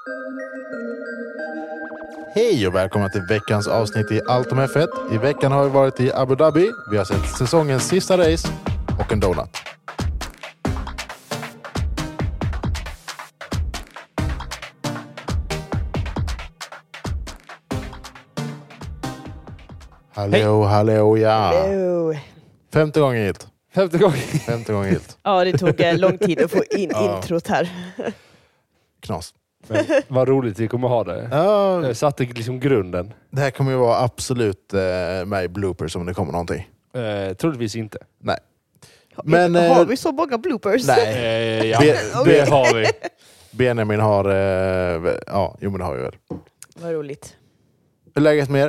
Hej och välkomna till veckans avsnitt i Allt om F1. I veckan har vi varit i Abu Dhabi. Vi har sett säsongens sista race och en donut. Hallå, ja. Hello. Femte gången gilt. Femte gången gilt. Ja, det tog lång tid att få in introt här. Knas. Men vad roligt vi kommer ha det. Ja, Jag satte liksom grunden. det här kommer ju vara absolut med i bloopers om det kommer någonting. Troligtvis inte. Nej. Men, har vi så många bloopers? Nej. Ja, Be- det har vi. Benjamin har... ja, jo men det har vi väl. Vad roligt. Hur är läget med er?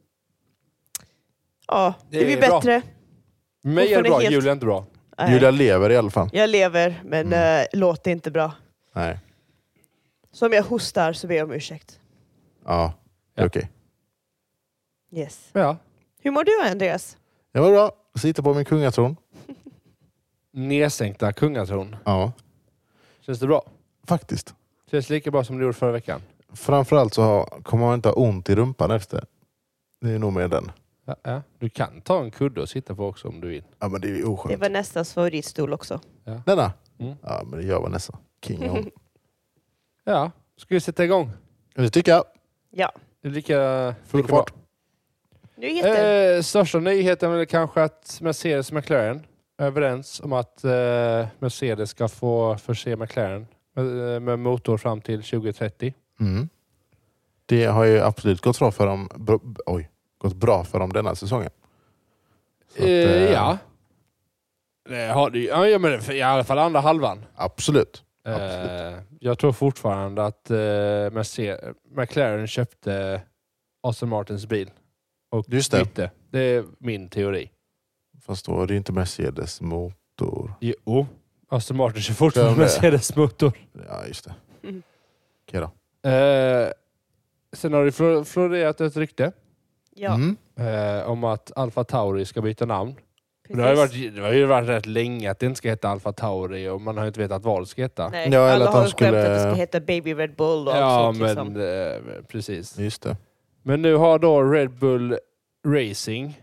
Ja, det Det blir är bra. bättre. Mig är det bra, helt- Julia är inte bra. Nej. Julia lever i alla fall. Jag lever, men låter inte bra. Nej. Så om jag hostar så ber jag om ursäkt. Ja, det är okej. Yes. Ja. Hur mår du, Andreas? Det var bra. Sitter på min kungatron. Nedsänkta kungatron. Ja, Känns det bra? faktiskt. Känns lika bra som det gjorde förra veckan. Framförallt så kommer man inte ha ont i rumpan efter. Det är nog med den. Ja. Du kan ta en kudde och sitta på också om du vill. Ja, men det är ju Det oskönt. var nästans favoritstol också. Denna? Mm. Ja, men det gör var nästan. King on. Ja, ska vi sätta igång? Det tycker jag. Ja. Det är lika Full lika bra. fart. Nyheter. Största nyheten är väl kanske att Mercedes och McLaren är överens om att Mercedes ska få förse McLaren med motor fram till 2030. Mm. Det har ju absolut gått bra för dem. Gått bra för dem denna säsongen. Så att, Ja. Det har det, ja, men i alla fall andra halvan. Absolut. Absolut. Jag tror fortfarande att McLaren köpte Aston Martins bil. Och Just det. bytte. Det är min teori. Fast då är det inte Mercedes motor. Jo, Aston Martin kör fortfarande Gör det? Mercedes motor. Ja, just det. Mm. Okej då. Sen har det florerat ett rykte Ja, Mm. om att Alfa Tauri ska byta namn. precis. Det har ju varit rätt länge att det inte ska heta Alfa Tauri och man har inte vetat vad det ska heta. Nej, Ja, eller alla att har de ju skämt att det ska skulle- heta Baby Red Bull och Ja, allt men sånt, liksom. precis. Just det. Men nu har då Red Bull Racing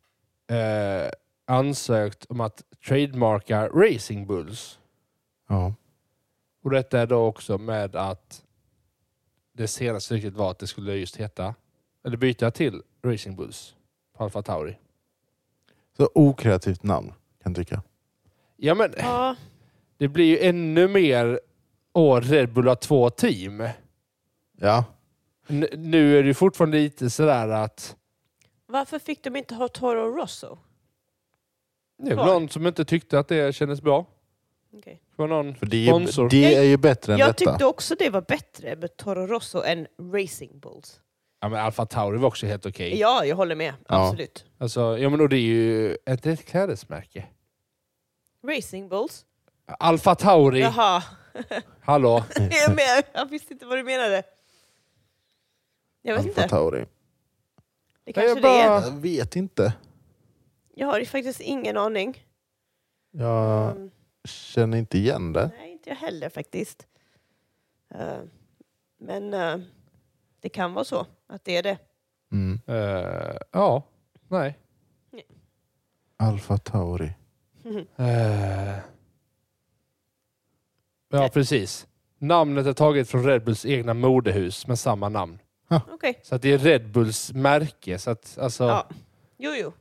ansökt om att trademarka Racing Bulls. Ja. Och detta är då också med att det senaste ryktet var att det skulle just heta, eller byta till Racing Bulls på Alfa Tauri. Så okreativt namn kan jag tycka. Ja, men Ja, det blir ju ännu mer Red Bull har 2 team. Ja. Nu är det ju fortfarande lite sådär att varför fick de inte ha Toro Rosso? det var Kvar. någon som inte tyckte att det kändes bra. Okej. Det var någon För det sponsor. är ju bättre än Jag detta. tyckte också det var bättre med Toro Rosso än Racing Bulls. Ja, men Alfa Tauri var också helt okej. Ja, jag håller med. Ja. Absolut. Alltså, ja, men och det är ju ett klädesmärke. Racing Bulls? Alfa Tauri, Jaha. hallå. Jag, med. Jag visste inte vad du menade. Jag vet Alfa inte. Tauri. Det kanske Jag det är. Jag vet inte. Jag har ju faktiskt ingen aning. Jag Mm, känner inte igen det. nej, inte jag heller faktiskt. Men det kan vara så att det är det. Mm. Ja, nej. Alfa Tauri. Ja, precis. Namnet är taget från Red Bulls egna modehus med samma namn. Okej. Så att det är Red Bulls märke. Så att, alltså, Ja. Jo.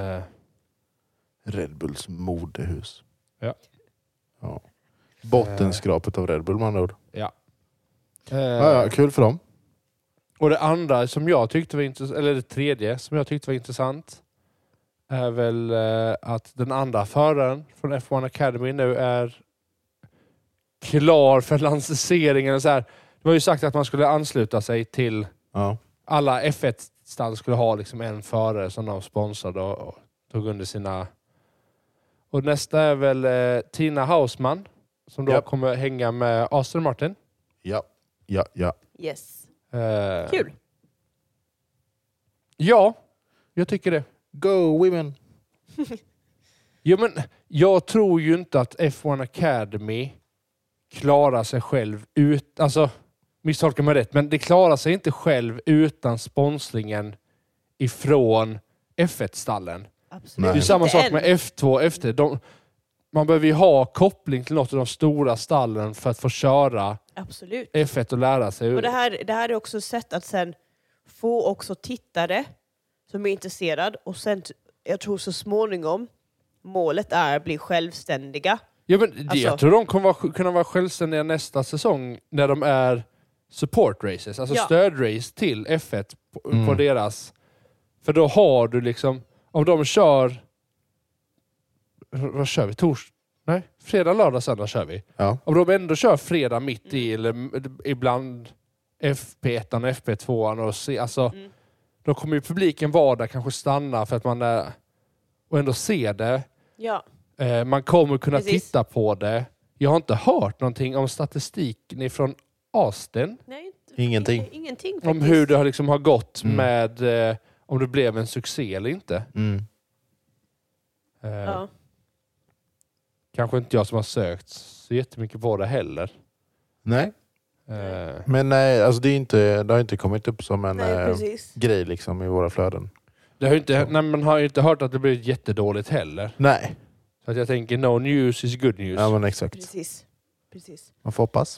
Red Bulls modehus. Ja. Ja. Bottenskrapet av Red Bull med andra ord. Ja, Kul för dem. och det andra som jag tyckte var intressant, eller det tredje som jag tyckte var intressant, är väl att den andra föraren från F1 Academy nu är klar för lanseringen. Så här. Det var ju sagt att man skulle ansluta sig till Ja. alla F1-stall skulle ha liksom en förare som de sponsrade och tog under sina... Och nästa är väl Tina Hausman som då Japp. kommer hänga med Aston Martin. Ja. Yes. Eh, Kul. Ja, jag tycker det. Go women! Ja, men jag tror ju inte att F1 Academy klarar sig själv ut. Alltså, misstolkar mig rätt, men det klarar sig inte själv utan sponsringen ifrån F1-stallen. Absolut. Det är samma Inte sak än. med F2 och F3. Man behöver ju ha koppling till något av de stora stallen för att få köra Absolut. F1 och lära sig. Och det här är också ett sätt att sen få också tittare som är intresserad och sen, jag tror så småningom, målet är att bli självständiga. Ja, men Alltså- jag tror de kommer kunna vara självständiga nästa säsong när de är support races, alltså Ja. stödrace till F1 på deras. För då har du liksom, om de kör, vad kör vi? Fredag, lördag, söndag kör vi. Ja. Om de ändå kör fredag mitt i, eller ibland FP1 och FP2 och se, alltså, då kommer ju publiken vara där, kanske stanna för att man är, och ändå se det. Ja. Man kommer kunna Precis. titta på det. Jag har inte hört någonting om statistiken från Austin. Nej, Ingenting. Ingenting Om faktiskt. hur det har gått med om det blev en succé eller inte. Ja. Kanske inte jag som har sökt så jättemycket på det heller. Nej. Eh, Men nej, alltså det har inte kommit upp som en Nej, precis. grej liksom i våra flöden. det har ju inte, nej, man har ju inte hört att det blivit jättedåligt heller. Nej. Så att jag tänker no news is good news. Ja, men exakt. Precis. Man får hoppas.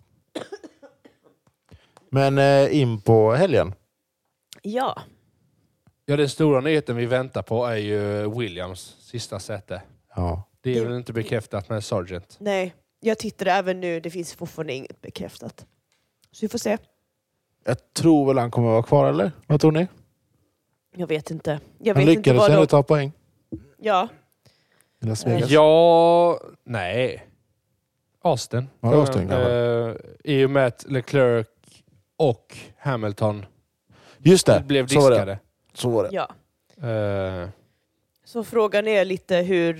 Men in på helgen. Ja. Ja, den stora nyheten vi väntar på är ju Williams sista säte. Ja. Det är väl inte bekräftat med Sargent. Nej, jag tittade även nu. Det finns fortfarande inget bekräftat. Så vi får se. Jag tror väl han kommer vara kvar, eller? Vad tror ni? Jag vet inte. Han vet inte lyckades vad ändå de... ta poäng Ja. i Las Vegas. Ja, nej. Austin. Ja, Austin, I och med att Leclerc och Hamilton Just det, blev så var det. diskade. Så var det. Ja. Eh, Så frågan är lite hur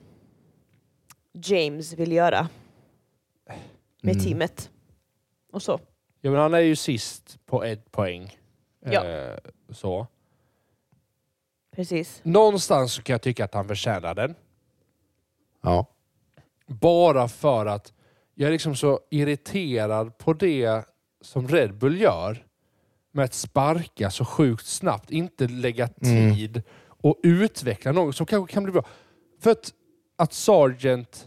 James vill göra med teamet. Och så. ja, men han är ju sist på 1 poäng. Ja. Så. Precis. Någonstans så kan jag tycka att han förtjänar den. Ja. Bara för att jag är liksom så irriterad på det som Red Bull gör. Med att sparka så sjukt snabbt. Inte lägga tid och utveckla något som kanske kan bli bra. För att Sargent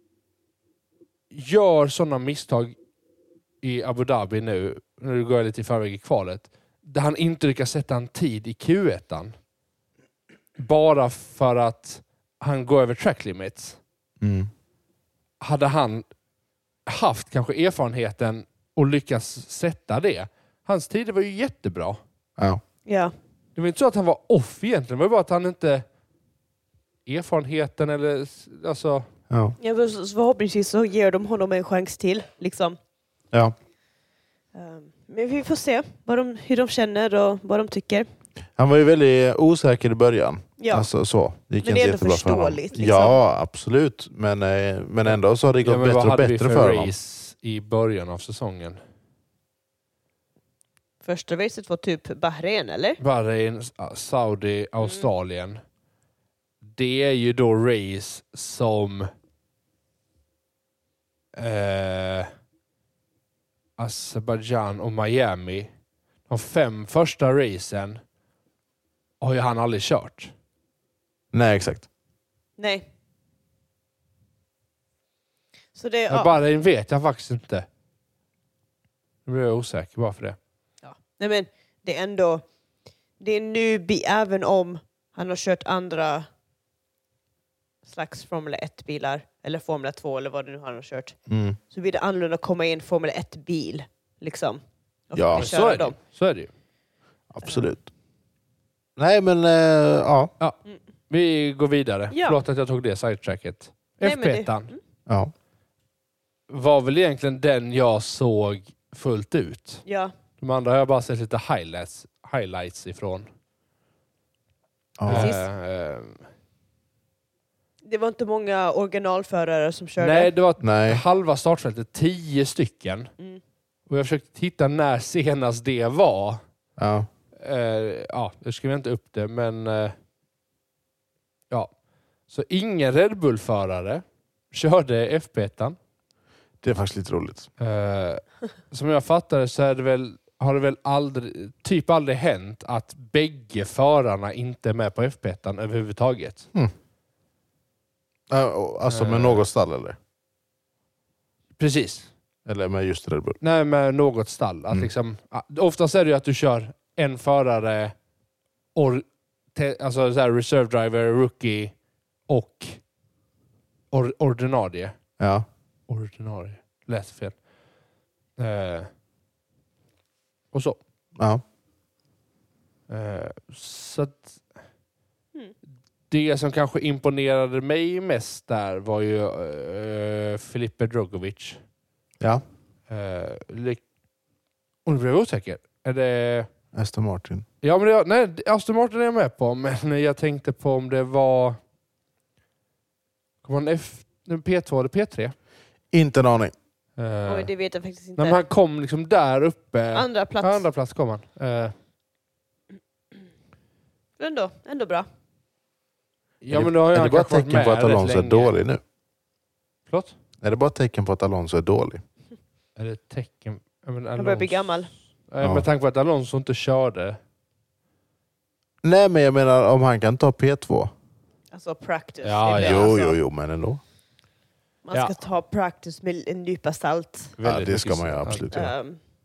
gör sådana misstag i Abu Dhabi nu går jag lite i förväg i kvalet, där han inte lyckas sätta en tid i Q1. Bara för att han går över track limits. Hade han haft kanske erfarenheten och lyckas sätta det. Hans tider var ju jättebra. Ja. Ja. Det var inte så att han var off egentligen. Det var bara att han inte... Erfarenheten eller... Alltså... Ja. Ja, så förhoppningsvis så ger de honom en chans till. Liksom. Ja. Men vi får se hur de känner och vad de tycker. Han var ju väldigt osäker i början. Ja. Alltså så. Det gick Men inte det är ändå jättebra för honom. förståeligt, liksom. Ja, absolut. Men ändå så har det gått men vad bättre och hade vi bättre för för honom. race i början av säsongen? Första racet var typ Bahrain, eller? Bahrain, Saudi, Australien. Det är ju då race som Azerbaijan och Miami. De 5 första racen har ju han aldrig kört. Nej, exakt. Nej. Så det, Men Bahrain vet jag faktiskt inte. Nu blir jag osäker bara för det. Ja. Nej, men det är ändå... Det är nu, även om han har kört andra slags Formel 1-bilar, eller Formel 2 eller vad det nu han har kört, så blir det annorlunda att komma in Formel 1-bil. Liksom. Och Ja, faktiskt Så köra är det, dem. så är det ju. Absolut. Nej, men ja. Ja, vi går vidare. Ja. Förlåt att jag tog det sidetracket. Nej, men det- F1 Ja. var väl egentligen den jag såg fullt ut. Ja. De andra har jag bara sett lite highlights ifrån. Ja. Precis. Eh, Det var inte många originalförare som körde. nej, det var Nej. halva startfältet, 10 stycken. Och jag försökte titta när senast det var. Ja. Ja, jag skrev inte upp det, men ja. Så ingen Red Bull-förare körde FP1. Det är faktiskt lite roligt. Som jag fattar så är det väl, har det väl aldrig hänt att bägge förarna inte är med på FP1 överhuvudtaget. Alltså med något stall eller? Precis. Eller med just Red Bull? Nej, med något stall. Att liksom, oftast är det ju att du kör en förare, alltså så här reserve driver, rookie och ordinarie. Ja. Ordinarie. Läs fel. Och så. Ja. Så att det som kanske imponerade mig mest där var ju Filipe Drugovich. Ja. Och nu blev jag osäker. Är det... Aston Martin. Ja, men nej, Aston Martin är jag med på, men jag tänkte på om det var... Kom man P2 eller P3? Inte en aning. Oj, det vet jag faktiskt inte. Men han kom liksom där uppe. Andra plats. Andra plats kom han. Ändå bra. Ja, men då har är jag det bara kanske varit tecken på med att Alonso är rätt dålig nu? Förlåt? Är det bara tecken på att Alonso är dålig? Är det ett tecken? Han börjar bli gammal. Med tanke på att Alonso inte körde. Nej, men jag menar om han kan ta P2. Alltså practice. Ja, Jo, men ändå. Man ska ta practice med en nypa salt. Ja, det ska man ju absolut göra.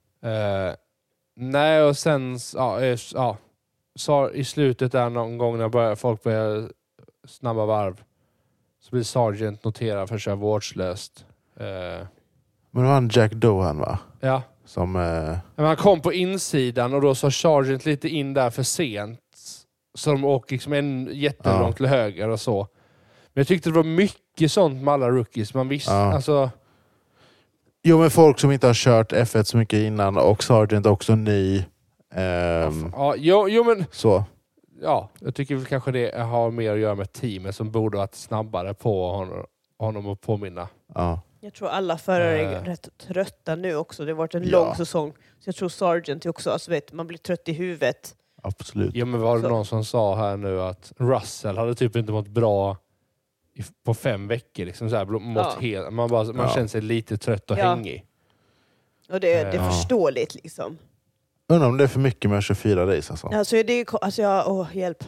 Nej, och sen så i slutet där någon gång när folk börjar snabba varv så blir Sargent noterad för att köra vårdslöst. Men det var en Jack Doohan, va? Ja. Som... Men han kom på insidan och då sa Sargent lite in där för sent. Så de åker liksom en jättelångt till höger och så. Men jag tyckte det var mycket sånt med alla rookies. Man visste, alltså... Jo, men folk som inte har kört F1 så mycket innan och Sargent också ny. Men... Så. Ja, jag tycker väl kanske det har mer att göra med teamet som borde varit snabbare på honom att påminna. Ja. Jag tror alla förare är rätt trötta nu också. Det har varit en lång säsong. Så jag tror Sargent också. Alltså man blir trött i huvudet. Absolut. Ja, men var det någon som sa här nu att Russell hade typ inte mått bra på 5 veckor. Liksom så här, man känner sig lite trött och hängig. Och det är förståeligt liksom. Undrar om det är för mycket med 24 race alltså. Hjälp.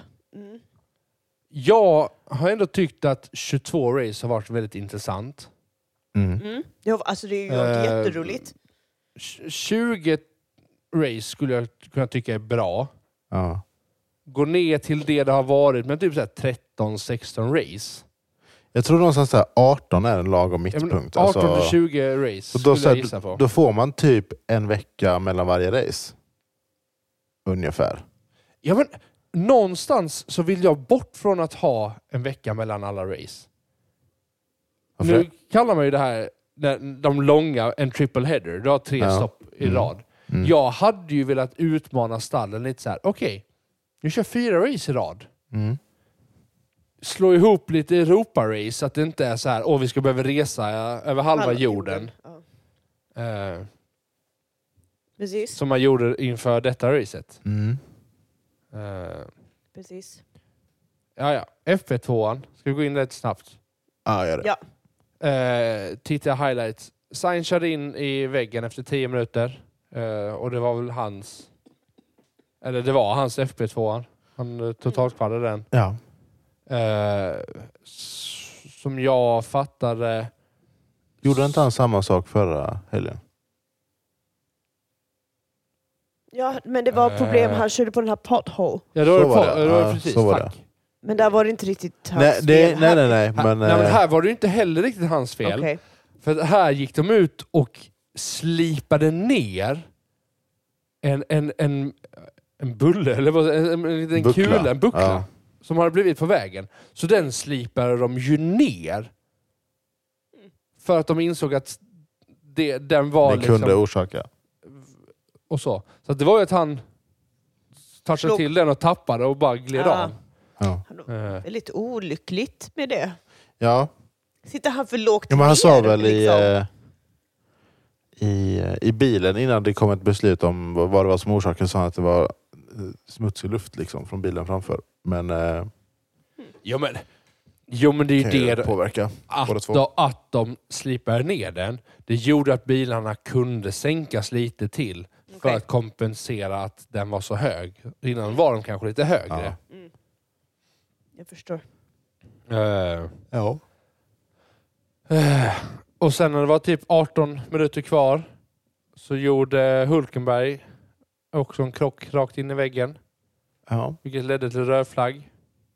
Jag har ändå tyckt att 22 race har varit väldigt intressant. Ja, alltså det är ju jätteroligt. 20 race skulle jag kunna tycka är bra. Ja. Gå ner till det har varit, men typ 13-16 race. Jag tror någonstans där 18 är en lagom mittpunkt. 18-20 race då, skulle jag gissa på. Då får man typ en vecka mellan varje race. Ungefär. Ja, men någonstans så vill jag bort från att ha en vecka mellan alla race. Varför? Nu kallar man ju det här de långa en triple header. Du har 3 stopp i rad. Jag hade ju velat utmana stallen lite så här. Okej, nu kör 4 race i rad. Slå ihop lite Europa-race så att det inte är så här, vi ska behöva resa över halva jorden. Precis. Som man gjorde inför detta racet. Precis. Ja. FP2an. Ska vi gå in lite snabbt? Ja, gör det. Ja. Titta highlights. Sainz körde in i väggen efter 10 minuter. Och det var väl hans... Eller det var hans FP2an. Han totalkvallade den. Ja. Som jag fattade... Gjorde inte han samma sak förra helgen? Ja, men det var problem. Han körde på den här pothole. Ja, då var det precis. Så var det. Men där var det inte riktigt hans fel. Nej. Men här var det inte heller riktigt hans fel. Okay. För här gick de ut och slipade ner en bulle, eller en kula, en buckla som hade blivit på vägen. Så den slipade de ju ner. För att de insåg att den var den liksom... kunde orsaka. Och så det var ju att han touchade till den och tappade och bara gled av. Ja. Det är lite olyckligt med det. Ja. Sitter han för lågt men han ner, sa väl liksom. i bilen innan det kom ett beslut om vad det var som orsakade, sa han att det var smutsig luft liksom från bilen framför. Men ja, men Jo, men det är kan ju ju det påverka båda två. att de slipar ner den. Det gjorde att bilarna kunde sänkas lite till för Okej. att kompensera att den var så hög. Innan var de kanske lite högre. Mm. Jag förstår. Ja. Och sen när det var typ 18 minuter kvar så gjorde Hulkenberg också en krock rakt in i väggen. Ja. Vilket ledde till röd flagg.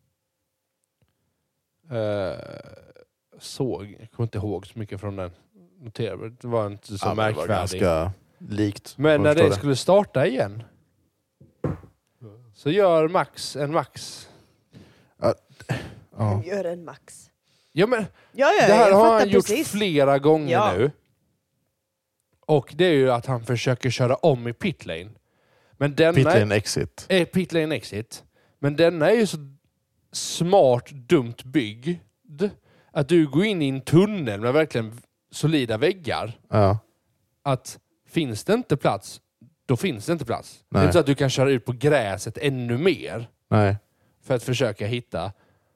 Jag kommer inte ihåg så mycket från den. Det var inte så Ja, men det var märkvärdigt. ganska likt. Men när Jag det förstår skulle starta igen så gör Max en Max. Ja. Han gör en max. Ja, men Ja, det här jag har fattar han gjort precis. flera gånger Ja. nu. Och det är ju att han försöker köra om i pitlane. Men denna Pitlane exit. pitlane exit. Men denna är ju så smart, dumt byggd att du går in i en tunnel med verkligen solida väggar. Ja. Att finns det inte plats, då finns det inte plats. Det är Nej. inte så att du kan köra ut på gräset ännu mer Nej. för att försöka hitta.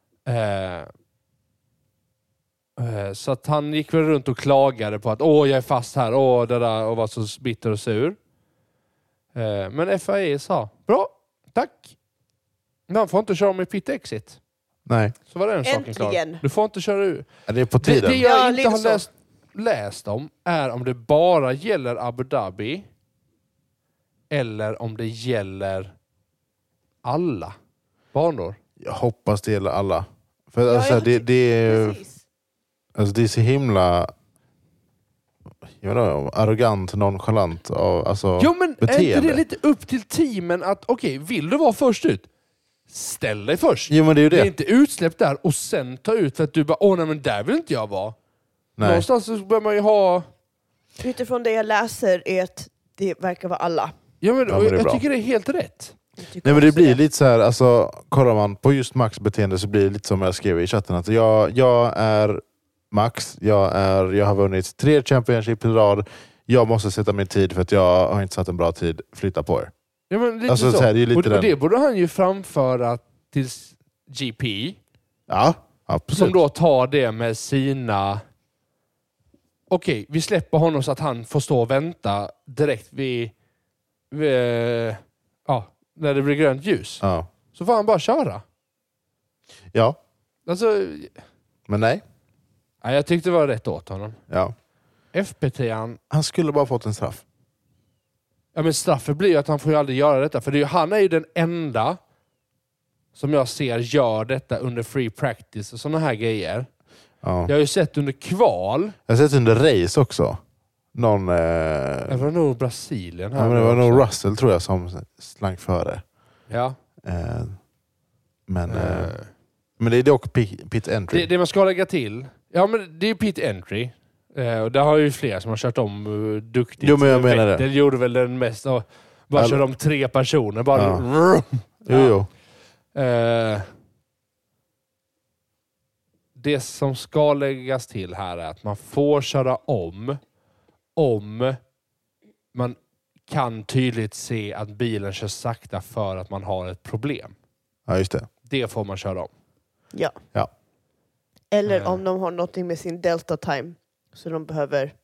Så att han gick väl runt och klagade på att jag är fast här, det där, och var så bitter och sur. Men FIA sa, bra, tack. Men han får inte köra med pit exit. Nej. Så var den saken klar. Äntligen. Du får inte köra ut. Ja, det är på tiden. Det jag Ja, inte lite har så. läst om är om det bara gäller Abu Dhabi eller om det gäller alla banor. Jag hoppas det gäller alla. För Ja, alltså, det är Precis. alltså, det är så himla arrogant, nonchalant och alltså Jo, men är beteende. inte det lite upp till teamen att vill du vara först ut? Ställ dig först. Jo, men det är ju Det är det. inte utsläpp där och sen ta ut för att du bara, nej men där vill inte jag vara. Nej. Någonstans så bör man ju ha... Utifrån det jag läser är att det verkar vara alla. Ja, men Ja, men det är jag bra. tycker det är helt rätt. Nej, men det också blir lite så här, alltså kollar man på just Max beteende så blir det lite som jag skrev i chatten att jag är Max, jag har vunnit 3 Championship i rad. Jag måste sätta min tid för att jag har inte satt en bra tid. Flytta på er. Ja, men lite Alltså, så. så här, det är lite och den- det borde han ju framföra till GP. Ja, absolut. Som då tar det med sina... Okej, vi släpper honom så att han får stå och vänta direkt vid när det blir grönt ljus. Ja. Så får han bara köra. Ja, Alltså, men nej. jag tyckte det var rätt åt honom. Ja. FPT-an... Han skulle bara fått en straff. Ja, men straffet blir ju att han får ju aldrig göra detta. För han är ju den enda som jag ser gör detta under free practice och sådana här grejer. Ja. Jag har ju sett under kval. Jag har sett under race också. Någon... Det var nog Brasilien här. ja, men det var nu nog också. Russell tror jag som slank före. Ja. Men det är dock pit entry. Det man ska lägga till. Ja, men det är pit entry. Och där har ju flera som har kört om duktigt. Jo, men jag menar det. Vettel gjorde väl den mest. Bara körde om 3 personer. Bara... Ja. Jo. Det som ska läggas till här är att man får köra om man kan tydligt se att bilen kör sakta för att man har ett problem. Ja, just det. Det får man köra om. Ja. Ja. Eller om de har någonting med sin delta time. Så de behöver...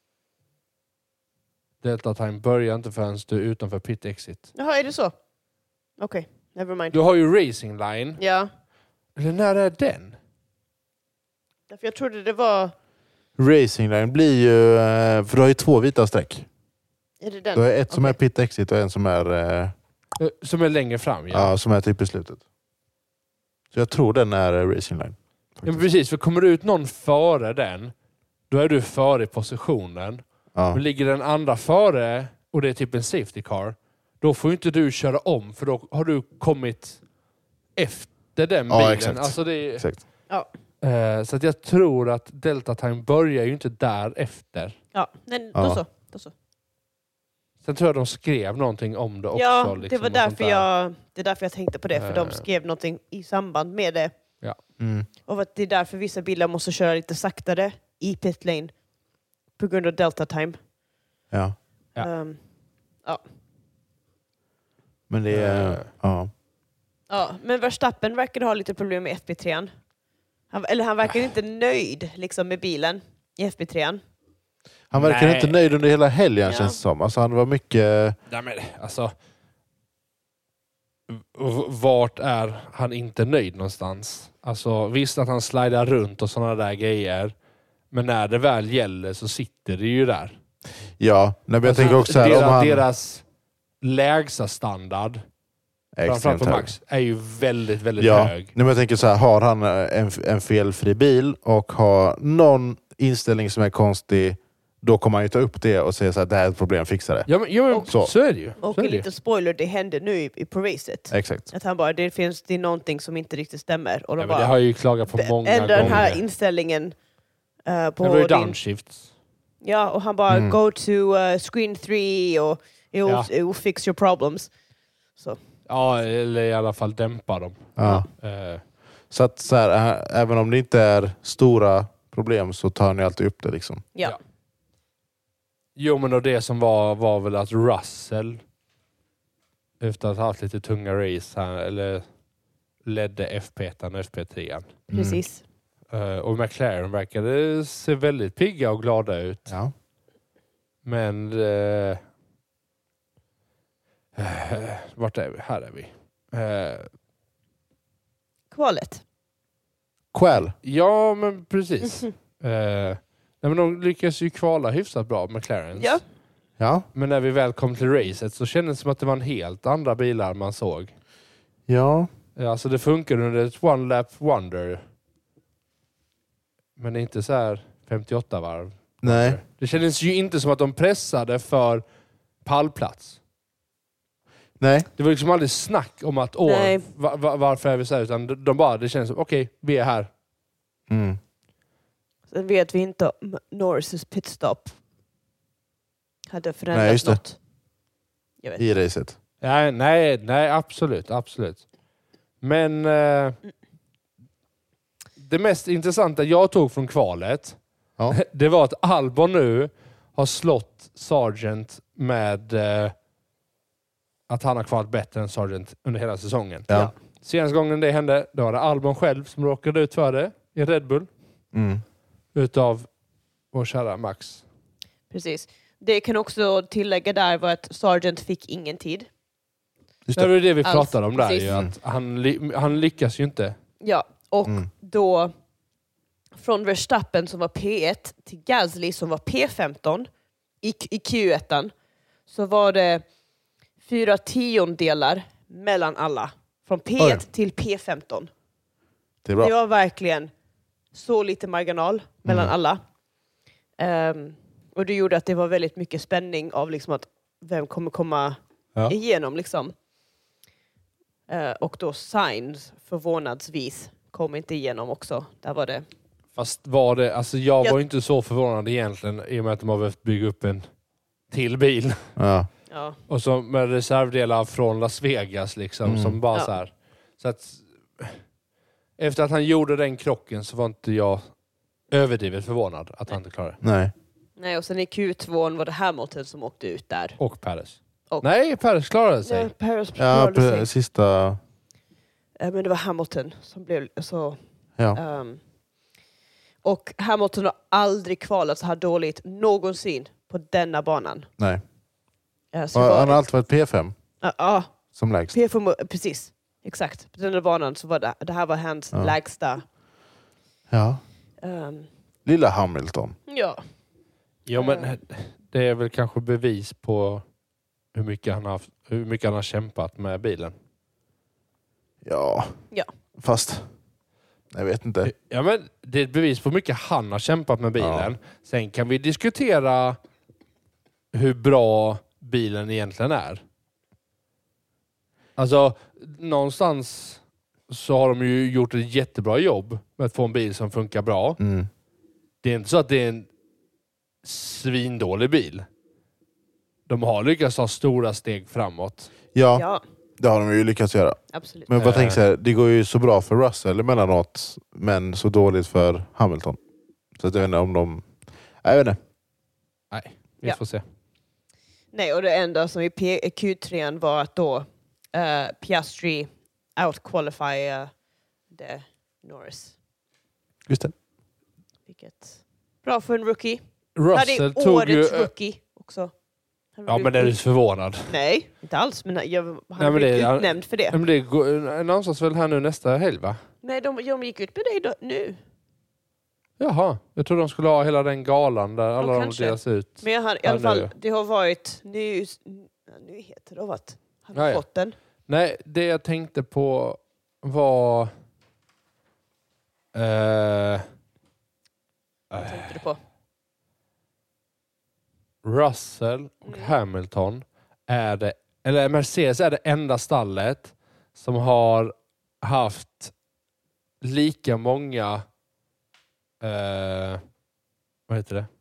Delta time börjar inte förrän du är utanför pit exit. Jaha, är det så? Okej, never mind. Du har ju racing line. Ja, Eller när är den? därför jag trodde det var... Racing line blir ju... För du har ju 2 vita streck. Är det den? Du har ett som Okej. är pit exit och en som är... Som är längre fram, ja. Ja, som är typ i slutet. Så jag tror den är racing line. Ja, men precis, för kommer det ut någon före den, då är du före i positionen. Ja. Men ligger den andra före och det är typ en safety car, då får ju inte du köra om, för då har du kommit efter den bilen. Ja, exakt. Alltså det är, Exakt. Ja. så att jag tror att Delta Time börjar ju inte därefter. Ja, men Ja. då så. Sen tror jag de skrev någonting om det också. Ja, liksom, det var och sånt där. det är därför jag tänkte på det. För de skrev någonting i samband med det. Mm. Och att det är därför vissa bilar måste köra lite saktare i pit lane. På grund av delta time. Ja. Ja. Men det är... Ja. Ja, men Verstappen verkar ha lite problem med FP3. Han verkar inte nöjd liksom, med bilen i FP3. Han verkar inte nöjd under hela helgen, känns det som. Alltså, han var mycket... Ja, men, alltså, vart är han inte nöjd någonstans? Alltså, visst att han slidar runt och sådana där grejer. Men när det väl gäller så sitter det ju där. Ja, men jag tänker också här, deras lägsta standard framförallt på Max är ju väldigt, väldigt hög. Nej, men jag tänker så här, har han en felfri bil och har någon inställning som är konstig, då kommer han ju ta upp det och säga så här, det här är ett problem, fixa det. Ja, men så är det ju. Och en liten spoiler, det hände nu på racet. Exakt. Att han bara, det är någonting som inte riktigt stämmer. Och de bara, det har jag ju klagat på många gånger. Ändra den här inställningen på det var ju din... downshifts. Ja, och han bara, go to screen 3 och it will fix your problems. Så. Ja, eller i alla fall dämpa dem. Ja. Så att så här, även om det inte är stora problem så tar ni alltid upp det liksom. Ja. Jo, men då det som var väl att Russell efter att ha haft lite tunga race här, eller ledde FP1 och FP3. Precis. Och McLaren verkade se väldigt pigga och glada ut. Ja. Men vart är vi? Här är vi. Kvalet. Kväll. Ja, men precis. Nej, men de lyckas ju kvala hyfsat bra, McLarens. Ja. Ja. Men när vi väl kom till racet så kändes det som att det var en helt andra bilar man såg. Ja. Alltså det funkar under ett one lap wonder. Men det är inte så här 58 varv. Nej. Det kändes ju inte som att de pressade för pallplats. Nej. Det var liksom aldrig snack om att varför är vi så här, utan de bara, det känns som okej, vi är här. Mm. Sen vet vi inte om Norris pitstop hade förändrat något. Jag vet. I racet. Nej, absolut. Men det mest intressanta jag tog från kvalet, det var att Albon nu har slått Sargent med att han har kvalat bättre än Sargent under hela säsongen. Ja. Senaste gången det hände, då var det Albon själv som råkade ut för det i Red Bull. Utav vår kära Max. Precis. Det kan också tillägga där var att Sargent fick ingen tid. Det var det vi pratade om precis. där. Ju, att han lyckas ju inte. Ja, och då från Verstappen som var P1 till Gasly som var P15 i Q1 så var det 4/10 mellan alla. Från P1 till P15. Det är bra. Det var verkligen så lite marginal mellan alla. Och det gjorde att det var väldigt mycket spänning av liksom att vem kommer komma igenom liksom. Och då Sainz förvånadsvis kom inte igenom också. Där var det. Fast var det, alltså jag var inte så förvånad egentligen i och med att de har behövt bygga upp en till bil. Ja. Ja. Och så med reservdelar från Las Vegas liksom som bara så här. Så att efter att han gjorde den krocken så var inte jag överdrivet förvånad att han inte klarade det. Nej, och sen i Q2 var det Hamilton som åkte ut där. Och Perez. Nej, Perez klarade sig. Perez klarade sig. Sista... Men det var Hamilton som blev så... Ja. Och Hamilton har aldrig kvalat så här dåligt någonsin på denna banan. Nej. Så han har alltid varit P5. Ja. Som lägst. P5, precis. Exakt. På denna banan så var det här var hans lägsta. Ja. Lilla Hamilton. Ja. Ja, men det är väl kanske bevis på hur mycket han har kämpat med bilen. Ja. Fast jag vet inte. Ja, men det är ett bevis på hur mycket han har kämpat med bilen. Sen kan vi diskutera hur bra bilen egentligen är. Alltså, någonstans så har de ju gjort ett jättebra jobb med att få en bil som funkar bra. Det är inte så att det är en svindålig bil. De har lyckats ta stora steg framåt. Ja. Det har de ju lyckats göra. Absolut. Men vad tänker jag, det går ju så bra för Russell emellanåt, men så dåligt för Hamilton. Så att jag vet inte om de... Jag vet inte. Nej, vi får se. Nej, och det enda som i Q3 var att då Piastri outqualified Norris. Just det. Vilket bra för en rookie. Russell det är tog årets ju... rookie också. Ja, men det är du förvånad. Nej, inte alls. Men han men blev det är- utnämnd för det. Men det annonsas väl här nu nästa helg, va? Nej, de gick ut med det nu. Jaha, jag tror de skulle ha hela den galan där alla de kanske. delas ut. Men jag har, i Ja, alla fall, nu. det har varit nyheter. Det har varit. Han har Ja, ja. fått den. Nej, det jag tänkte på var... Vad tänkte du på? Russell och Hamilton är det... Eller Mercedes är det enda stallet som har haft lika många... vad heter det?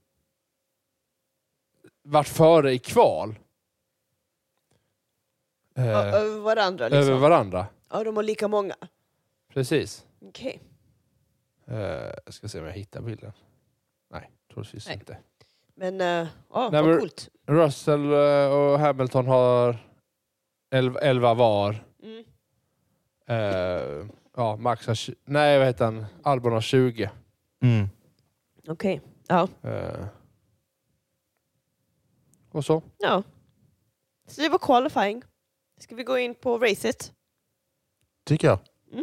Varit före i kval. Över varandra liksom. Över varandra. Ja, de har lika många. Precis. Okej. Jag ska se om jag hittar bilden. Nej, troligtvis Nej. inte. Men, Nej, vad men- coolt. Russell och Hamilton har 11 var. Mm. Ja, Max har... Nej, vad heter han? Albon har 20. Mm. Okej. Ja. Och så. Ja. Så det var qualifying. Ska vi gå in på racet? Tycker jag. Mm.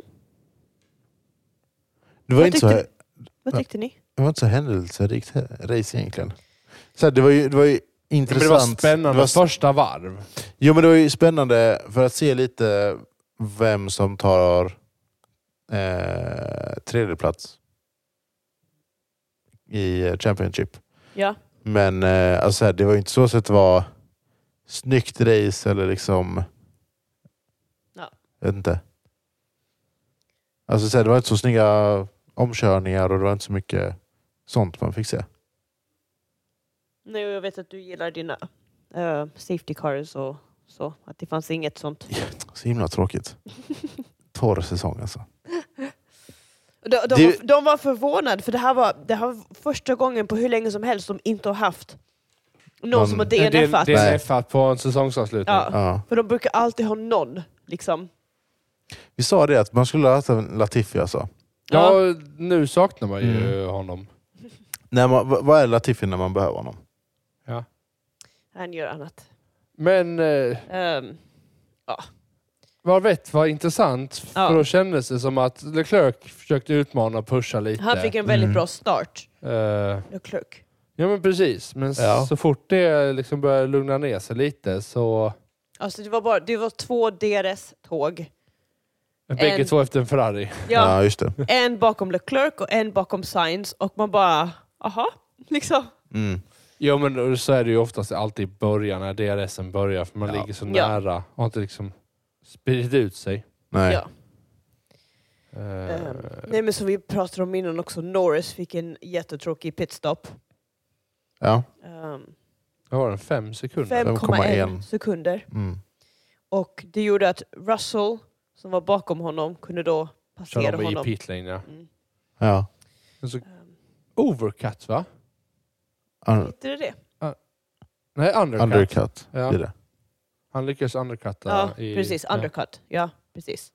Det var Vad inte så tyckte Vad tyckte ni? det var inte så händelserikt race egentligen. Så här, det var ju Men intressant. det var spännande Det var, första varv. jo, men det var ju spännande för att se lite vem som tar tredje plats i Championship. Ja. Men alltså, här, det var ju inte så att det var snyggt race eller liksom... Ja. Jag vet inte. Alltså, så här, det var inte så snygga omkörningar och det var inte så mycket sånt man fick se. Nej, jag vet att du gillar dina safety cars och så. Att det fanns inget sånt. Så himla tråkigt. Torr säsong alltså. De var förvånade för det här var första gången på hur länge som helst de inte har haft någon som har DNF-at. DNF-at på en säsongsavslutning. Ja. Ja. För de brukar alltid ha någon. Liksom. Vi sa det att man skulle ha haft en Latifi alltså. Ja, nu saknar man ju honom. Vad är Latifi när man behöver honom? Ja. Han gör annat. Men vad rätt var intressant. Ja. För då kändes det som att Leclerc försökte utmana och pusha lite. Han fick en väldigt bra start. Leclerc. Ja, men precis. Men så fort det liksom började lugna ner sig lite så... Alltså det var 2 DRS-tåg. Bägge två efter en Ferrari. Ja, just det. en bakom Leclerc och en bakom Sainz. Och man bara, aha, liksom. Mm. Jo, men så är det ju oftast alltid i början när DRSen börjar. För man ligger så nära och har inte liksom spridit ut sig. Nej. Ja. Nej, men som vi pratade om innan också, Norris fick en jättetråkig pitstop. Ja. Jag har en 5 sekunder. 5,1 sekunder. Mm. Och det gjorde att Russell, som var bakom honom, kunde då passera Kör de i honom. pitlane, ja. Ja. Så, overcut, va? Heter det? Nej, undercut. Undercut. Ja. Det är det. Han lyckades undercutta. Ja, precis. Undercut. Ja, precis.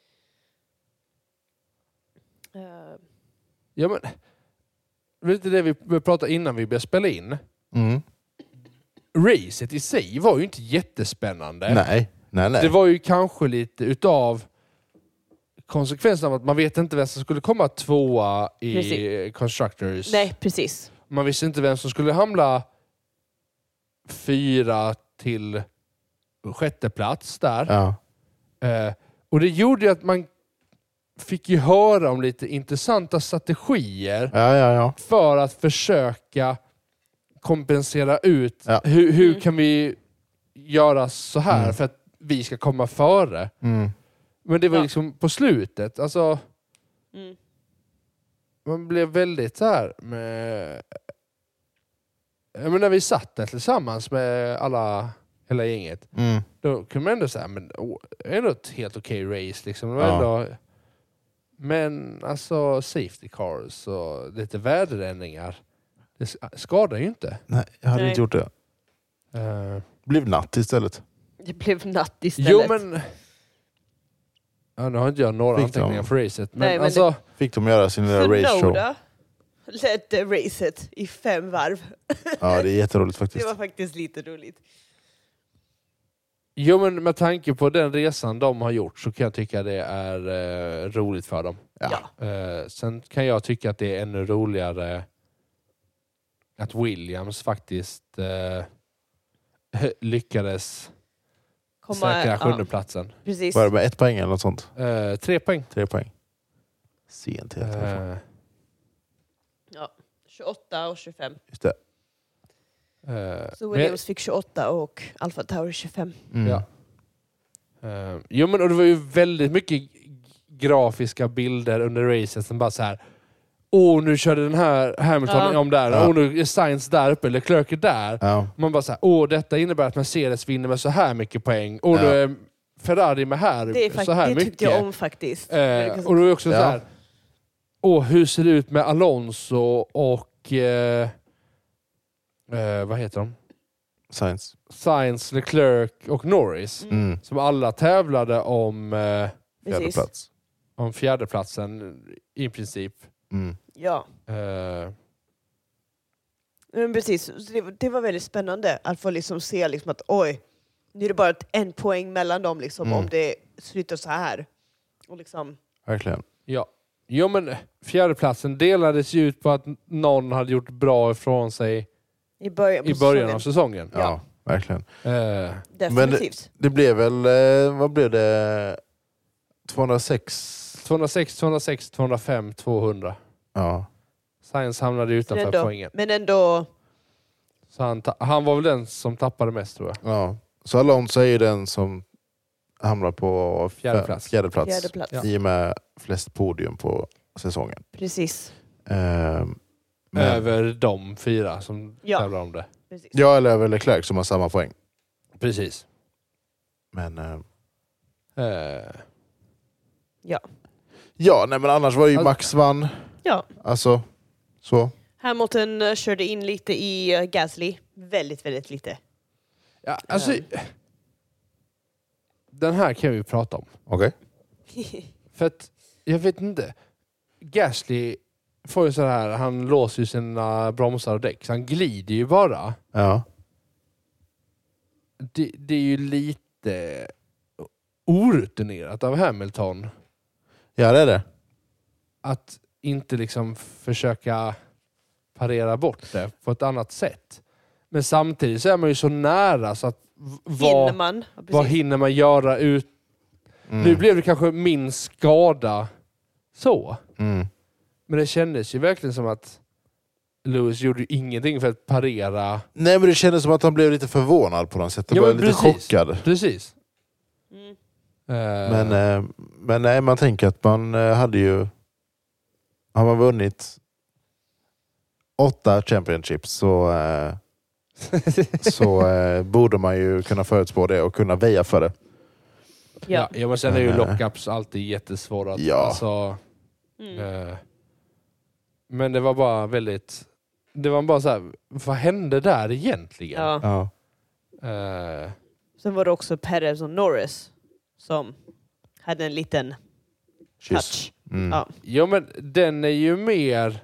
Ja, men... Vet du det vi pratade innan vi började spela in? Mm. Racet i sig var ju inte jättespännande. Nej. Det var ju kanske lite utav konsekvensen av att man vet inte vem som skulle komma tvåa i Precis. Constructors. Nej, precis. Man visste inte vem som skulle hamna 4 till 6:e plats där. Ja. Och det gjorde ju att man fick ju höra om lite intressanta strategier Ja. för att försöka kompensera ut hur kan vi göra så här för att vi ska komma före. Mm. Men det var liksom på slutet, alltså Mm. man blev väldigt så här med... Men när vi satt där tillsammans med hela gänget, då kunde man ändå säga, men det är ändå ett helt okej race liksom. Det var ändå, men alltså safety cars och lite väderändringar, det skadar ju inte. Nej, jag hade inte gjort det. Det blev natt istället. Det blev natt istället. Jo, men Ja, nu har inte jag några Fick anteckningar de? för racet. Men, Nej, men alltså... Fick de göra sin lilla race show? Tsunoda ledde racet i 5 varv. Ja, det är jätteroligt Det faktiskt. var faktiskt lite roligt. Jo, men med tanke på den resan de har gjort så kan jag tycka det är roligt för dem. Ja. Sen kan jag tycka att det är ännu roligare att Williams faktiskt lyckades säkra sjundeplatsen. Precis. Var det med 1 poäng eller något sånt? 3 poäng. 3 poäng. Sent helt i alla fall. Ja, 28 och 25. Just det. Så Williams fick 28 och Alfa Tauri 25. Mm. Ja. Jo, men och det var ju väldigt mycket grafiska bilder under racet som bara så här. Nu körde den här Hamilton om där. Ja. Nu är Sainz där uppe, eller Leclerc är där. Ja. Man bara så här, detta innebär att Mercedes vinner med så här mycket poäng. Och nu är Ferrari med här Det, så här det mycket. tyckte jag om faktiskt. Och då är också så här, hur ser det ut med Alonso och vad heter de? Sainz, Leclerc och Norris. Mm. Som alla tävlade om Fjärde plats. om fjärdeplatsen i princip. Mm. Ja. Men precis, så det var väldigt spännande att få liksom se liksom att nu är det bara 1 poäng mellan dem liksom, om det slutar så här. Och liksom... Verkligen. Ja. Jo, men fjärdeplatsen delades ju ut på att någon hade gjort bra ifrån sig I början av säsongen. Ja, verkligen. Definitivt. Men det blev väl, vad blev det? 206? 206, 205, 200. Ja. Sainz hamnade utanför poängen. Men ändå... Så han var väl den som tappade mest, tror jag. Ja. Så Alonso är ju den som hamnar på fjärde plats. Ja. I och med flest podium på säsongen. Precis. Över de 4 som tävlar om det. Precis. Ja, eller över Leclerc som har samma poäng. Precis. Men... Ja. Ja, nej, men annars var ju Max vann. Ja. Alltså, så. Hamilton körde in lite i Gasly. Väldigt, väldigt lite. Ja, alltså... Den här kan vi prata om. Okej. För att, jag vet inte. Gasly får ju så här, han låser ju sina bromsar och däck. Så han glider ju bara. Ja. Det är ju lite orutinerat av Hamilton. Ja, det är det. Att inte liksom försöka parera bort det på ett annat sätt. Men samtidigt så är man ju så nära så att vad hinner man göra ut? Nu blev det kanske min skada så. Men det kändes ju verkligen som att Lewis gjorde ingenting för att parera. Nej, men det kändes som att han blev lite förvånad på något sätt. Han var lite chockad. Precis. Men nej, man tänker att man hade ju... Har man vunnit 8 championships så borde man ju kunna förutspå det och kunna väja för det. Ja, men sen är ju lockups alltid jättesvåra. Alltså, men det var bara väldigt... Det var bara så här, vad hände där egentligen? Ja. Sen var det också Perez och Norris som hade en liten touch. Ja. Jo, men den är ju mer...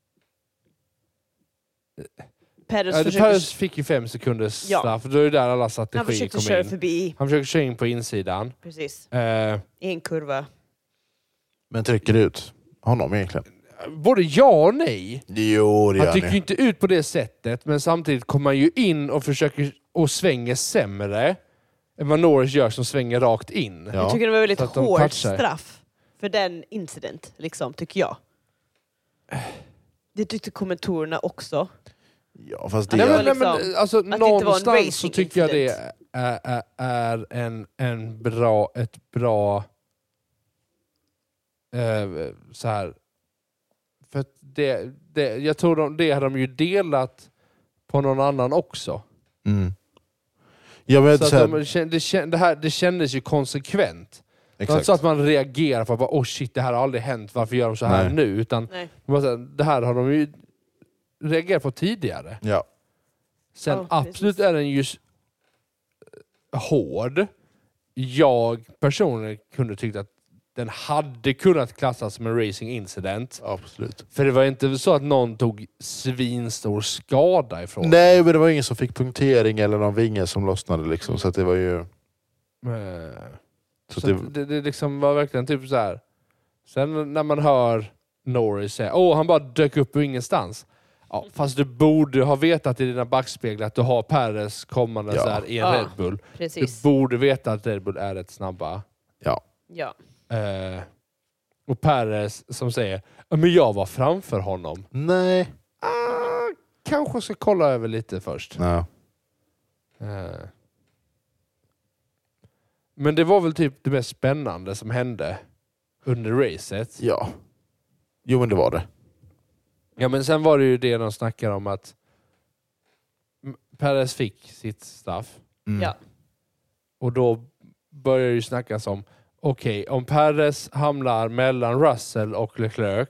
Perez fick ju 5 sekunders straff. Då är det där alla strategier kom in. Han försökte köra förbi. Han försökte köra in på insidan. Precis. I en kurva. Men trycker det ut honom egentligen? Både ja och nej. Jo, det han gör tycker ju inte ut på det sättet, men samtidigt kommer han ju in och försöker och svänger sämre än vad Norris gör som svänger rakt in. Ja. Jag tycker det var väldigt hårt straff för den incident, liksom, tycker jag. Det tyckte kommentatorerna också. Ja, fast det men alltså, någonstans så tycker incident. jag det är ett bra så här. För att jag tror det hade de ju delat på någon annan också. Jag vet så att det kändes ju konsekvent. Exakt. Så att man reagerar på att shit, det här har aldrig hänt, varför gör de så här nu? Utan det här har de ju reagerat på tidigare. Ja. Sen absolut är den ju hård. Jag personligen kunde tycka att den hade kunnat klassas som en racing incident. Absolut. För det var inte så att någon tog svinstor skada ifrån. Nej, men det var ingen som fick punktering eller någon vinge som lossnade liksom. Så att det var ju... Så det liksom var verkligen typ så här. Sen när man hör Norris säga han bara dök upp ur ingenstans. Ja, fast du borde ha vetat i dina backspeglar att du har Perez kommande så här i en Red Bull. Precis. Du borde veta att Red Bull är rätt snabba. Ja. Och Perez som säger men jag var framför honom. Nej. Kanske ska kolla över lite först. Ja. Men det var väl typ det mest spännande som hände under racet. Ja. Jo, men det var det. Ja, men sen var det ju det de snackade om att Perez fick sitt straff. Mm. Ja. Och då började ju snackas om okej, om Perez hamnar mellan Russell och Leclerc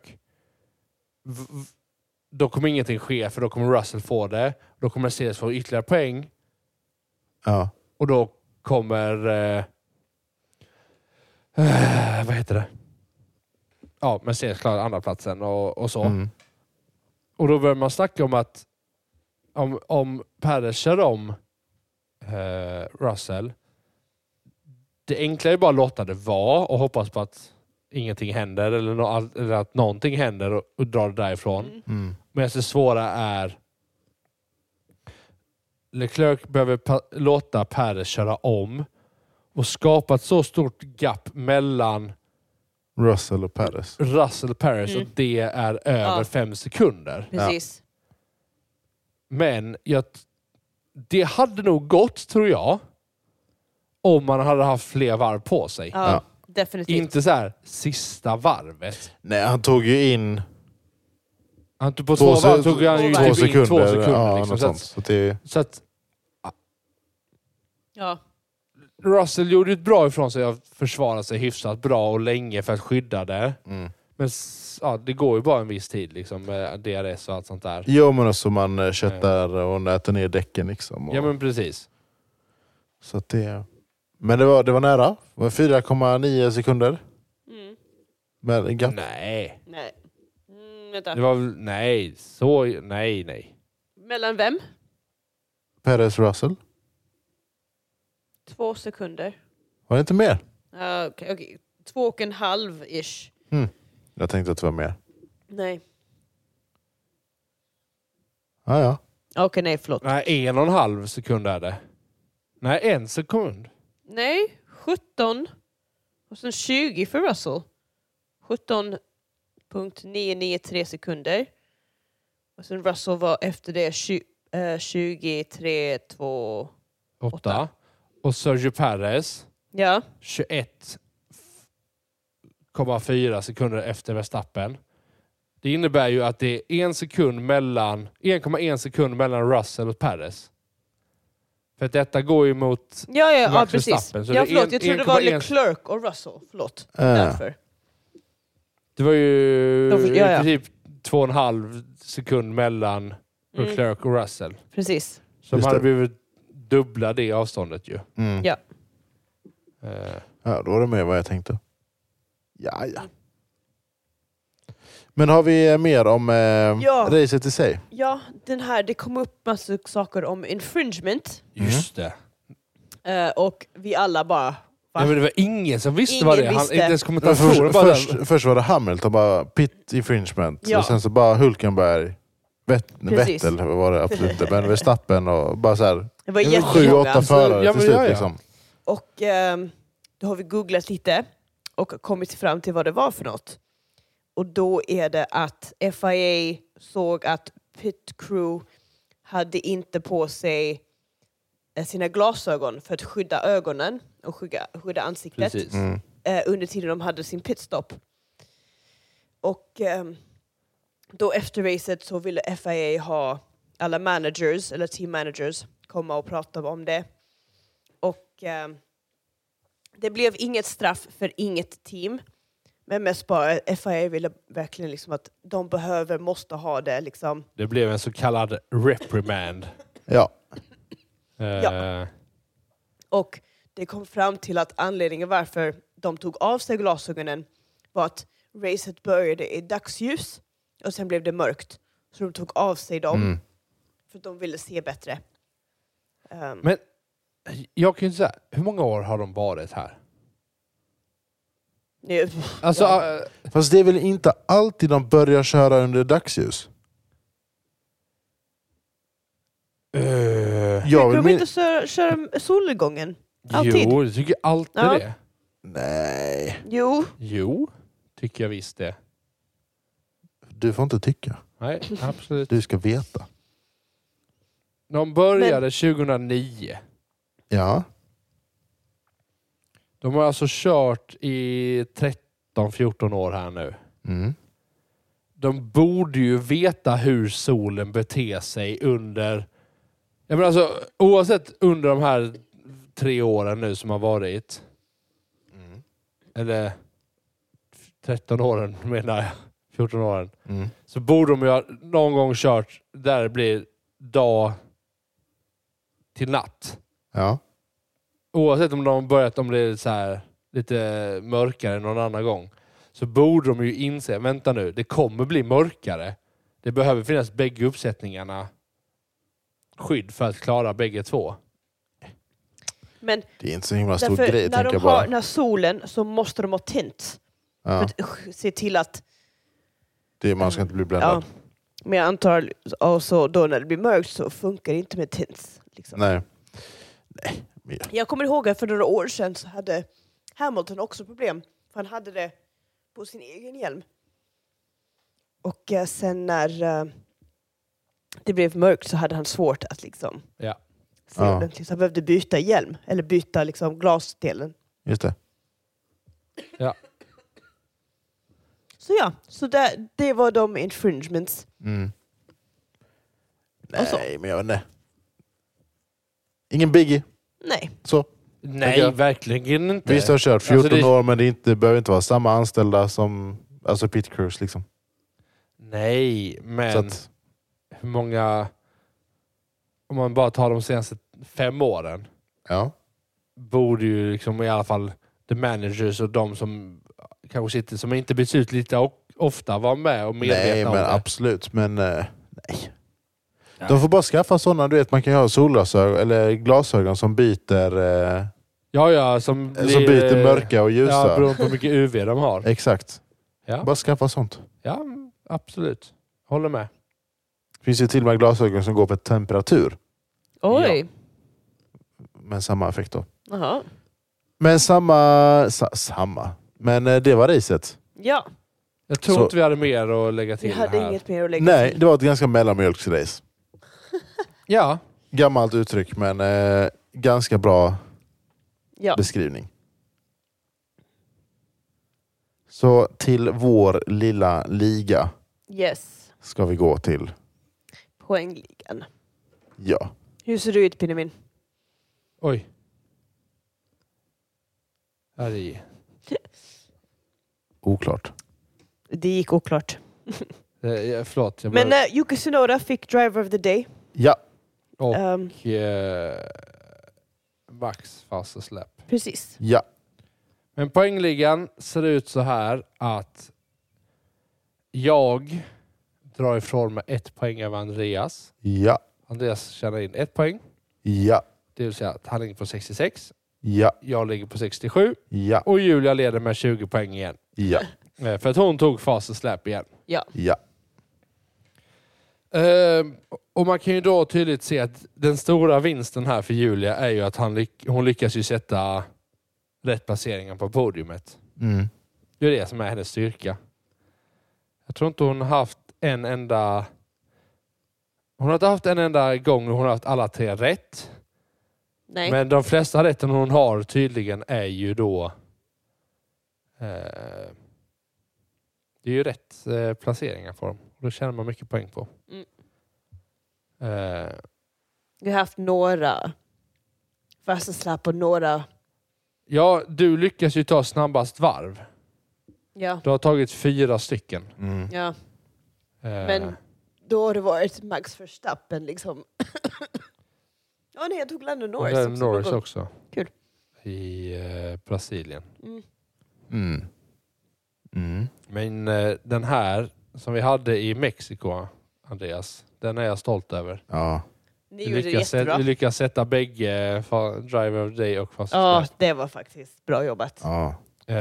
då kommer ingenting ske för då kommer Russell få det. Då kommer Mercedes få ytterligare poäng. Ja. Och då kommer vad heter det? Ja, Mercedes klarar andra platsen och så. Mm. Och då börjar man snacka om att om Perez kör om Russell, det enkla är bara att låta det vara och hoppas på att ingenting händer eller att någonting händer och dra det därifrån. Mm. Men det svåra är Leclerc behöver låta Perez köra om och skapa ett så stort gap mellan Russell och Perez. Och det är över 5 sekunder. Precis. Men det hade nog gått, tror jag, om man hade haft fler varv på sig. Ja, definitivt. Inte så här sista varvet. Nej, han tog ju in... Han tog på 2 varv tog han ju 2 sekunder. 2 sekunder Ja, liksom. något sånt. Så att Ja. Russell gjorde ett bra ifrån sig att försvara sig hyfsat bra och länge för att skydda det. Mm. Men det går ju bara en viss tid liksom, med DRS och allt sånt där. Jo, men också man köttar och nöter ner däcken liksom. Och... Ja, men precis. Så att det... Men det var nära. Det var 4,9 sekunder. Mm. Men gap. Nej. Nej. Vänta. Det var väl... Nej. Mellan vem? Perez Russell. 2 sekunder. Var det inte mer? Okej. 2,5-ish. Jag tänkte att det var mer. Nej. Ja. Okej, nej, förlåt. Nej, 1,5 sekund är det. Nej, 1 sekund. Nej, 17. Och sen 20 för Russell. 17,993 sekunder. Och sen Russell var efter det 23,2. Och Sergio Perez Ja. 21,4 sekunder efter Verstappen. Det innebär ju att det är 1,1 sekund mellan Russell och Perez. För att detta går ju mot Ja, Max precis. Verstappen, så Ja, det är förlåt. Jag trodde det var 1,1 Leclerc och Russell. Förlåt. Därför. Det var ju Ja. typ 2,5 sekund mellan Leclerc och Russell. Precis. Så Just man hade det. blivit dubbla det avståndet ju. Mm. Ja. Ja, då var det med vad jag tänkte. Ja. Men har vi mer om racet i sig? Ja, det kom upp massa saker om infringement. Just det. Och vi alla bara... Ja, men det var ingen som visste Ingen vad det är. visste. Inte ens kommentatorer bara Först var det Hamilton, bara pit infringement. Ja. Och sen så bara Hulkenberg, Precis. Vettel var det absolut inte. Men Verstappen och bara så här Det var 7-8 förare Ja, till men slut. ja. Liksom. Och då har vi googlat lite och kommit fram till vad det var för något. Och då är det att FIA såg att pit crew hade inte på sig sina glasögon för att skydda ögonen och skydda ansiktet. Precis. Under tiden de hade sin pitstop. Och då efter racet så ville FIA ha alla managers eller team managers komma och prata om det. Och det blev inget straff för inget team. Men mest bara FIA ville verkligen liksom att de måste ha det liksom. Det blev en så kallad reprimand. Ja. Ja. Och det kom fram till att anledningen varför de tog av sig glasögonen var att racet började i dagsljus och sen blev det mörkt. Så de tog av sig dem för att de ville se bättre. Men jag kan ju säga, hur många år har de varit här? Alltså, Fast det är väl inte alltid de börjar köra under dagsljus? Jag vill inte köra solnedgången. Alltid. Jo, jag tycker alltid det. Nej. Jo, tycker jag visst det. Du får inte tycka. Nej, absolut. Du ska veta. De började 2009. Ja. De har alltså kört i 13-14 år här nu. Mm. De borde ju veta hur solen beter sig under... Jag menar alltså, oavsett under de här 3 åren nu som har varit. Eller 13 åren menar jag. 14 åren. Så borde de ju ha någon gång kört där det blir dag till natt. Ja. Oavsett om de börjat om det är så här lite mörkare någon annan gång. Så borde de ju inse, vänta nu, det kommer bli mörkare. Det behöver finnas bägge uppsättningarna skydd för att klara bägge två. Men det är inte så himla stor grej, när tänker jag bara. När solen så måste de ha tint. Ja. För att se till att Man ska inte bli bländad. Ja. Men jag antar också då när det blir mörkt så funkar det inte med tints. Liksom. Nej. Jag kommer ihåg att för några år sedan så hade Hamilton också problem. För han hade det på sin egen hjälm. Och sen när det blev mörkt så hade han svårt att liksom se ordentligt. Så han behövde byta hjälm. Eller byta liksom glasdelen. Just det. Ja. Så det var de infringements. Nej, men jag vet inte. Ingen biggie. Nej. Så. Nej, verkligen inte. Visst har jag kört 14 år, men det behöver inte vara samma anställda som pit crews liksom. Nej, men Så att, hur många... Om man bara tar de senaste 5 åren borde ju liksom i alla fall the managers och de som kanske sitter som inte byts ut lite ofta vara med och medvetna om det. Nej, men absolut. Men nej. De får bara skaffa sådana, du vet, man kan ju ha solglasögon eller glasögon som byter som byter mörka och ljusa. Ja, beroende på hur mycket UV de har. Exakt. Ja. Bara skaffa sånt. Ja, absolut. Håller med. Det finns ju till och med glasögon som går på temperatur. Oj. Ja. Med samma effekt då. Aha. Men samma. Men det var racet. Ja. Jag tror inte vi hade mer att lägga till. Vi hade här. inget mer att lägga Nej, till. det var ett ganska mellanmjölksrace. Ja. Gammalt uttryck, men ganska bra beskrivning. Så till vår lilla liga ska vi gå till poängligan. Ja. Hur ser det ut, Pinnemin? Oj. Här oklart. Det gick oklart. Förlåt. Men Yuki Tsunoda fick Driver of the Day. Ja. Och Max fasta släpp. Precis. Ja. Men poängligan ser ut så här att jag drar ifrån med 1 poäng av Andreas. Ja. Andreas tjänar in 1 poäng. Ja. Det vill säga att han ligger på 66. Ja. Jag ligger på 67. Ja. Och Julia leder med 20 poäng igen. Ja. För att hon tog fast släp igen. Ja. Ja. Och man kan ju då tydligt se att den stora vinsten här för Julia är ju att hon lyckas ju sätta rätt placeringar på podiumet. Det är det som är hennes styrka. Jag tror inte hon har haft en enda... Hon har inte haft en enda gång hon har haft alla 3 rätt. Nej. Men de flesta rätten hon har tydligen är ju då... det är ju rätt placeringar på dem. Och då tjänar man mycket poäng på. Vi har haft några fasta släpp och några... Ja, du lyckas ju ta snabbast varv. Ja. Du har tagit 4 stycken. Ja. Men då har det varit Max Verstappen liksom. Nej, jag tog Lando Norris också. Norris också. Kul. I Brasilien. Men den här som vi hade i Mexiko, Andreas, den är jag stolt över. Ja. Ni gjorde det jättebra. Vi lyckas sätta bägge Driver of the Day och Fast Ja, Lap. det var faktiskt bra jobbat. Ja.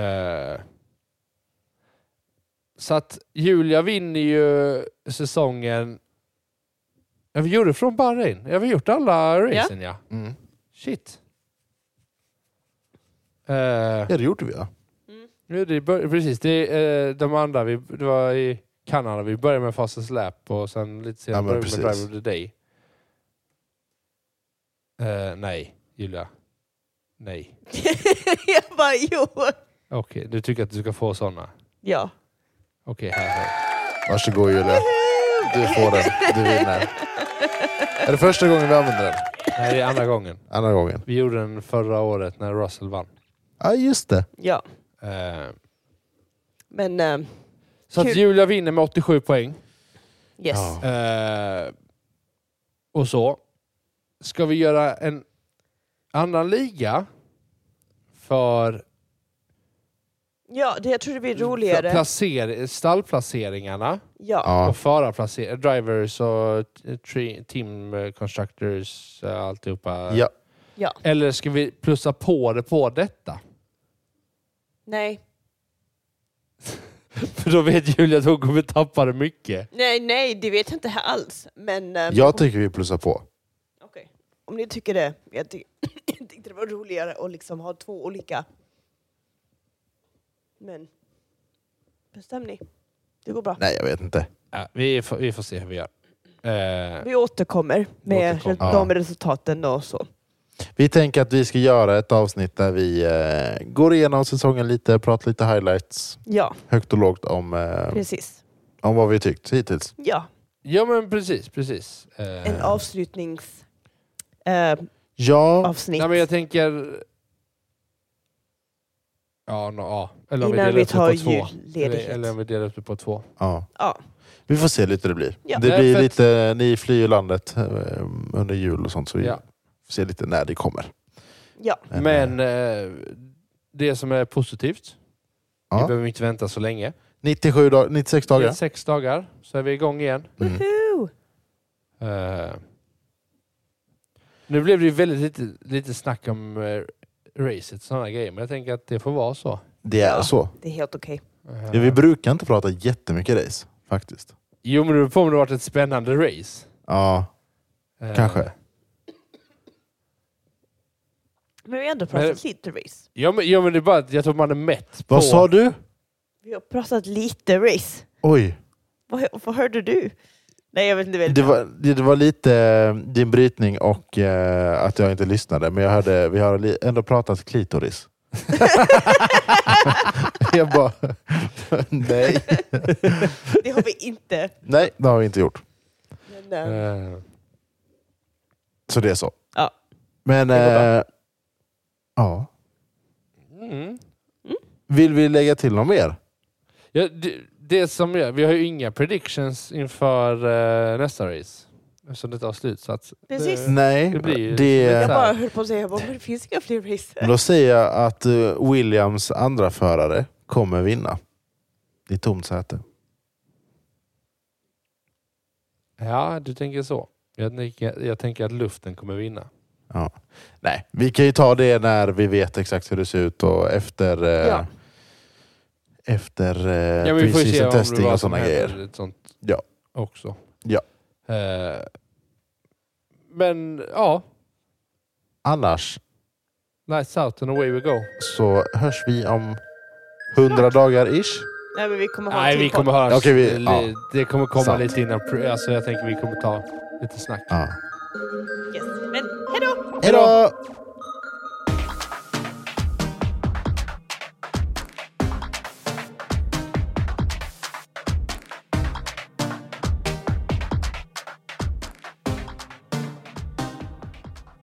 Så att Julia vinner ju säsongen. Ja, vi gjorde från Bahrain. Ja, vi har gjort alla racen, ja. Mm. Shit. Ja, det gjorde vi, ja. Precis, de andra, det var i Kanada. Vi började med Fastest Lap och sen lite senare började med Driver of the Day. Nej, Julia. Nej. Jag bara, jo. Okej, du tycker att du ska få sådana? Ja. Okej, här. Varsågod, Julia. Du får den. Du vinner. Är det första gången vi använder den? Nej, det är andra gången. Andra gången. Vi gjorde den förra året när Russell vann. Ja, just det. Ja. Men... Så att Julia vinner med 87 poäng. Yes. Ja. Och så. Ska vi göra en annan liga för... Ja, jag tror det blir roligare. Stallplaceringarna Ja. och förarplaceringar, drivers och team constructors, alltihopa. Ja. Eller ska vi plussa på det på detta? Nej. För då vet Julia att hon kommer tappa det mycket. Nej, det vet jag inte här alls. Men... Jag tycker vi plussar på. Okej. Om ni tycker det. Jag tyckte det var roligare att liksom ha två olika. Men... Bestäm ni. Det går bra. Nej, jag vet inte. Ja, vi får se hur vi gör. Vi återkommer med de resultaten och så. Vi tänker att vi ska göra ett avsnitt där vi går igenom säsongen lite, pratar lite highlights. Ja. Högt och lågt om vad vi tyckt hittills. Ja. Ja, men precis. En avslutnings Ja. avsnitt. Nej, men jag tänker... Eller om innan vi vi tar upp det på 2. julledighet. Eller om vi delar upp det på 2. Ja. Vi får se lite hur det blir. Ja. Det blir lite, ni flyr landet under jul och sånt, så vi får se lite när det kommer. Ja. Men det som är positivt, vi behöver inte vänta så länge. 96 dagar. 96 dagar så är vi igång igen. Woohoo! Nu blev det ju väldigt lite snack om racet och sådana grejer, men jag tänker att det får vara så. Det är så. Det är helt okej. Ja, vi brukar inte prata jättemycket race, faktiskt. Jo, men det beror på om det har varit ett spännande race. Ja, kanske. Men vi har ändå pratat lite race. Ja, men det är bara att jag tror man är mätt på... Vad sa du? Vi har pratat lite race. Oj. Vad hörde du? Nej, jag vet inte väl. Det var lite din brytning och att jag inte lyssnade. Men vi har ändå pratat klitoris. Jag bara, nej. Det har vi inte. Nej, det har vi inte gjort. Men, så det är så. Ja. Men, ja. Vill vi lägga till något mer? Ja, det som vi har ju inga predictions inför nästa race. Eftersom det tar slut. Så att precis. Nej, jag bara höll på att säga, men det finns inga fler race. Då säger jag att Williams andra förare kommer vinna. I tomt säte. Ja, du tänker så. Jag tänker att luften kommer vinna. Ja. Nej, vi kan ju ta det när vi vet exakt hur det ser ut och efter pre-season testing och sådana grejer. Sånt ja. Också. Ja. Men ja. Annars. Lights out and away we go. Så hörs vi om 100 dagar ish. Nej, men vi kommer ha vi kommer höras. Okay, det kommer komma sant. lite innan. Alltså jag tänker vi kommer ta lite snack. Ja. Yes. Men hejdå! Hejdå!